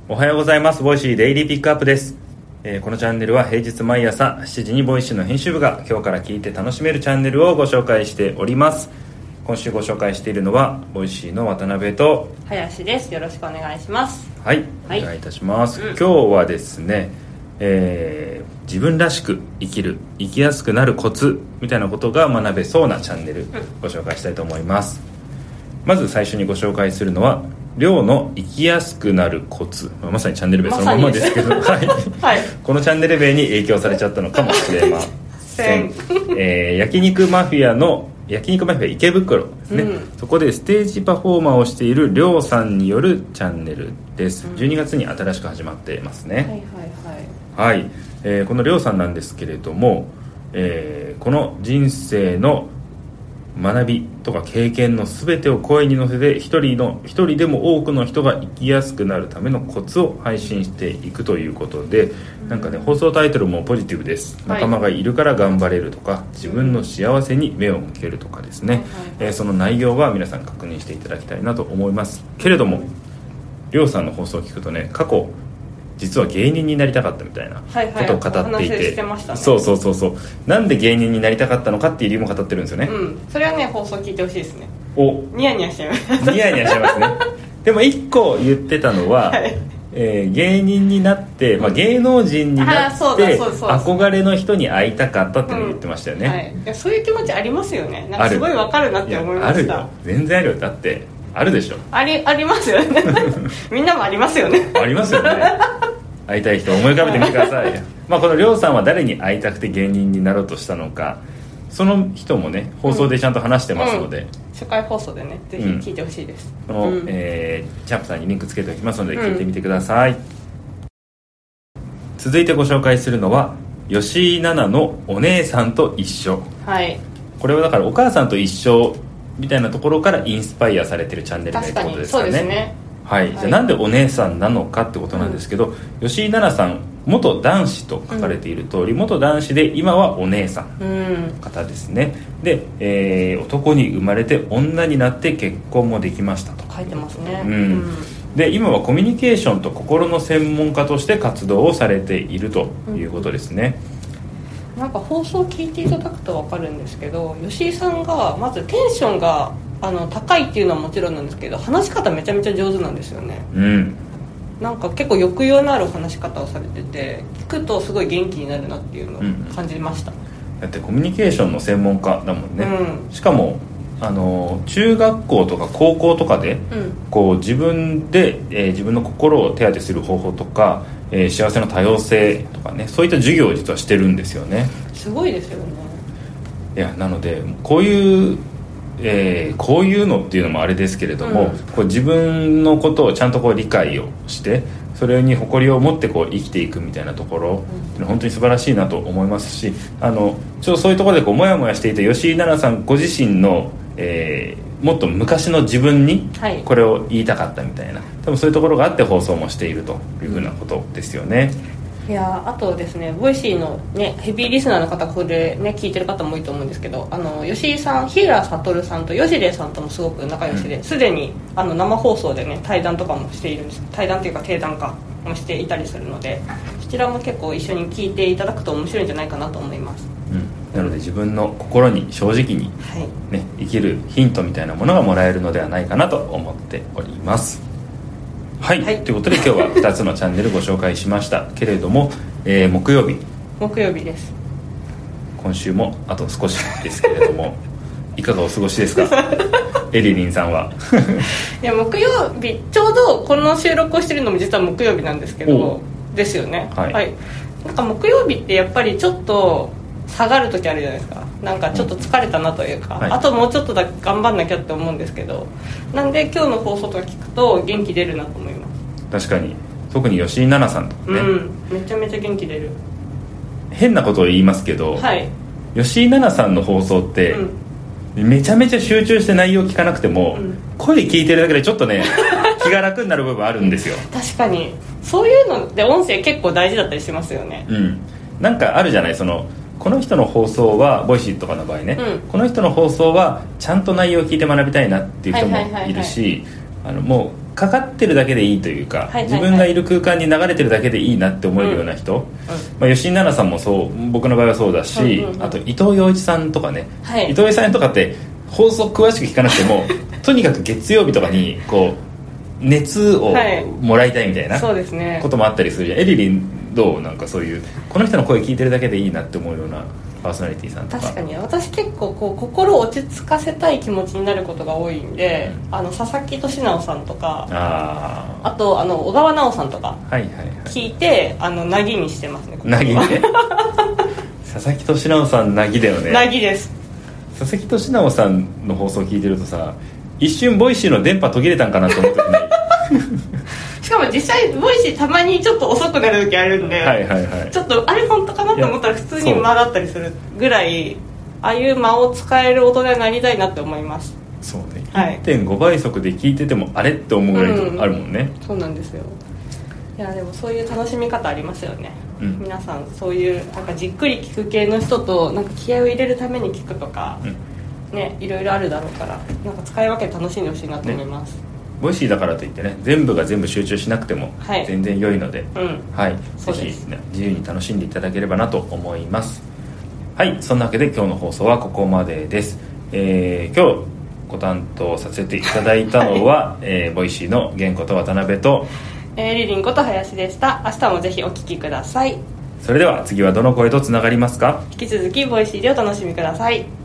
おはようございます。ボイシーデイリーピックアップです。このチャンネルは平日毎朝7時にボイシーの編集部が今日から聞いて楽しめるチャンネルをご紹介しております。今週ご紹介しているのはボイシーの渡辺と林です。よろしくお願いします。 はい、お願いいたします。今日はですね、自分らしく生きる、生きやすくなるコツみたいなことが学べそうなチャンネルご紹介したいと思います。まず最初にご紹介するのは寮の生きやすくなるコツ、まさにチャンネル名そのままですけど、はいはい、このチャンネル名に影響されちゃったのかもしれません。焼肉マフィア池袋ですね、そこでステージパフォーマーをしている寮さんによるチャンネルです。12月に新しく始まっていますね。はい、この寮さんなんですけれども、この人生の学びとか経験の全てを声に乗せて一人でも多くの人が生きやすくなるためのコツを配信していくということで、なんかね、放送タイトルもポジティブです。仲間がいるから頑張れるとか、自分の幸せに目を向けるとかですね、その内容は皆さん確認していただきたいなと思いますけれども、りょうさんの放送を聞くとね、過去実は芸人になりたかったみたいなことを語っていて、そうなんで芸人になりたかったのかっていう理由も語ってるんですよね。 それはね、放送聞いてほしいですね。ニヤニヤしちゃいますニヤニヤしちゃいますね。でも一個言ってたのは、芸人になって、芸能人になって憧れの人に会いたかったって言ってましたよね。 いや、そういう気持ちありますよね。なんかすごいわかるなって思いました。 あるよ、全然あるよ。だってあるでしょ。 ありますよね。みんなもありますよね。 ありますよね。会いたい人を思い浮かべてみてください。このりょうさんは誰に会いたくて芸人になろうとしたのか、その人もね、放送でちゃんと話してますので、 初回放送でね、ぜひ聞いてほしいです。 この、チャンプさんにリンクつけておきますので聞いてみてください。続いてご紹介するのは吉井奈々のお姉さんと一緒。これはだからお母さんと一緒みたいなところからインスパイアされてるチャンネル名ってことですかね。そうですね。じゃあなんでお姉さんなのかってことなんですけど、吉井奈々さん元男子と書かれている通り、元男子で今はお姉さんの方ですね。で、男に生まれて女になって結婚もできましたと書いてますね。 で、今はコミュニケーションと心の専門家として活動をされているということですね。 なんか放送を聞いていただくと分かるんですけど、吉井さんがまずテンションが高いっていうのはもちろんなんですけど、話し方めちゃめちゃ上手なんですよね。なんか結構抑揚のある話し方をされてて、聞くとすごい元気になるなっていうのを感じました。 だってコミュニケーションの専門家だもんね。しかも中学校とか高校とかで、こう自分で、自分の心を手当てする方法とか、幸せの多様性とかね、そういった授業を実はしてるんですよね。 すごいですよね。 いや、なのでこういうのっていうのもあれですけれども、こう自分のことをちゃんとこう理解をして、それに誇りを持ってこう生きていくみたいなところ、本当に素晴らしいなと思いますし、そういうところでこうモヤモヤしていた吉井奈々さんご自身の、もっと昔の自分にこれを言いたかったみたいな、多分そういうところがあって放送もしているというふうなことですよね。 いや、あとですね、ボイシーの、ね、ヘビーリスナーの方、これね聞いてる方も多いと思うんですけど、吉井さん、日浦悟さんと吉出さんともすごく仲良しで、すでに生放送でね対談とかもしているんです。対談というか定談かもしていたりするので、そちらも結構一緒に聞いていただくと面白いんじゃないかなと思います。 なので自分の心に正直に、生きるヒントみたいなものがもらえるのではないかなと思っております。ということで今日は2つのチャンネルご紹介しましたけれども、木曜日です。 今週もあと少しですけれどもいかがお過ごしですか？エリリンさんは。 いや、木曜日、ちょうどこの収録をしてるのも実は木曜日なんですけど、ですよね。なんか木曜日ってやっぱりちょっと下がる時あるじゃないですか。なんかちょっと疲れたなというか、あともうちょっとだけ頑張んなきゃって思うんですけど、なんで今日の放送とか聞くと元気出るなと思います。 確かに、特に吉井奈々さんとかね、 めちゃめちゃ元気出る。 変なことを言いますけど、吉井奈々さんの放送って、めちゃめちゃ集中して内容聞かなくても、声聞いてるだけでちょっとね気が楽になる部分あるんですよ。 確かにそういうので音声結構大事だったりしますよね。 なんかあるじゃない、この人の放送はボイシーとかの場合ね、この人の放送はちゃんと内容を聞いて学びたいなっていう人もいるし、もうかかってるだけでいいというか、 はいはいはい、 自分がいる空間に流れてるだけでいいなって思えるような人、まあ、吉井奈々さんもそう僕の場合はそうだし、あと伊藤洋一さんとかね、 はい、 伊藤洋一さんとかって放送詳しく聞かなくてもとにかく月曜日とかにこう熱をもらいたいみたいなこともあったりするじゃん。エリリンどう？なんかそういうこの人の声聞いてるだけでいいなって思うようなパーソナリティさんとか。 確かに私結構こう心を落ち着かせたい気持ちになることが多いんで、佐々木俊直さんとか、あと小川直さんとか聞いて、なぎにしてますね。 なぎね佐々木俊直さんなぎだよね。 なぎです。 佐々木俊直さんの放送聞いてるとさ、一瞬ボイシーの電波途切れたんかなと思ってないしかも実際ボイシーたまにちょっと遅くなる時あるんで、 はいはいはい、 ちょっとあれ本当かなと思ったら普通に間だったりするぐらい、ああいう間を使える大人になりたいなって思います。 そうね、はい、1.5 倍速で聞いててもあれって思うぐらいあるもんね、 そうなんですよ。いやでもそういう楽しみ方ありますよね、皆さんそういうなんかじっくり聞く系の人となんか気合を入れるために聞くとか、ね、いろいろあるだろうから、なんか使い分けて楽しんでほしいなと思います、 ボイシーだからといってね全部が全部集中しなくても全然良いので、はい、ぜひ、ね、自由に楽しんでいただければなと思います。はい、そんなわけで今日の放送はここまでです。今日ご担当させていただいたのは、ボイシーの玄子と渡辺と、 リリンこと林でした。明日もぜひお聞きください。 それでは次はどの声とつながりますか？ 引き続きボイシーでお楽しみください。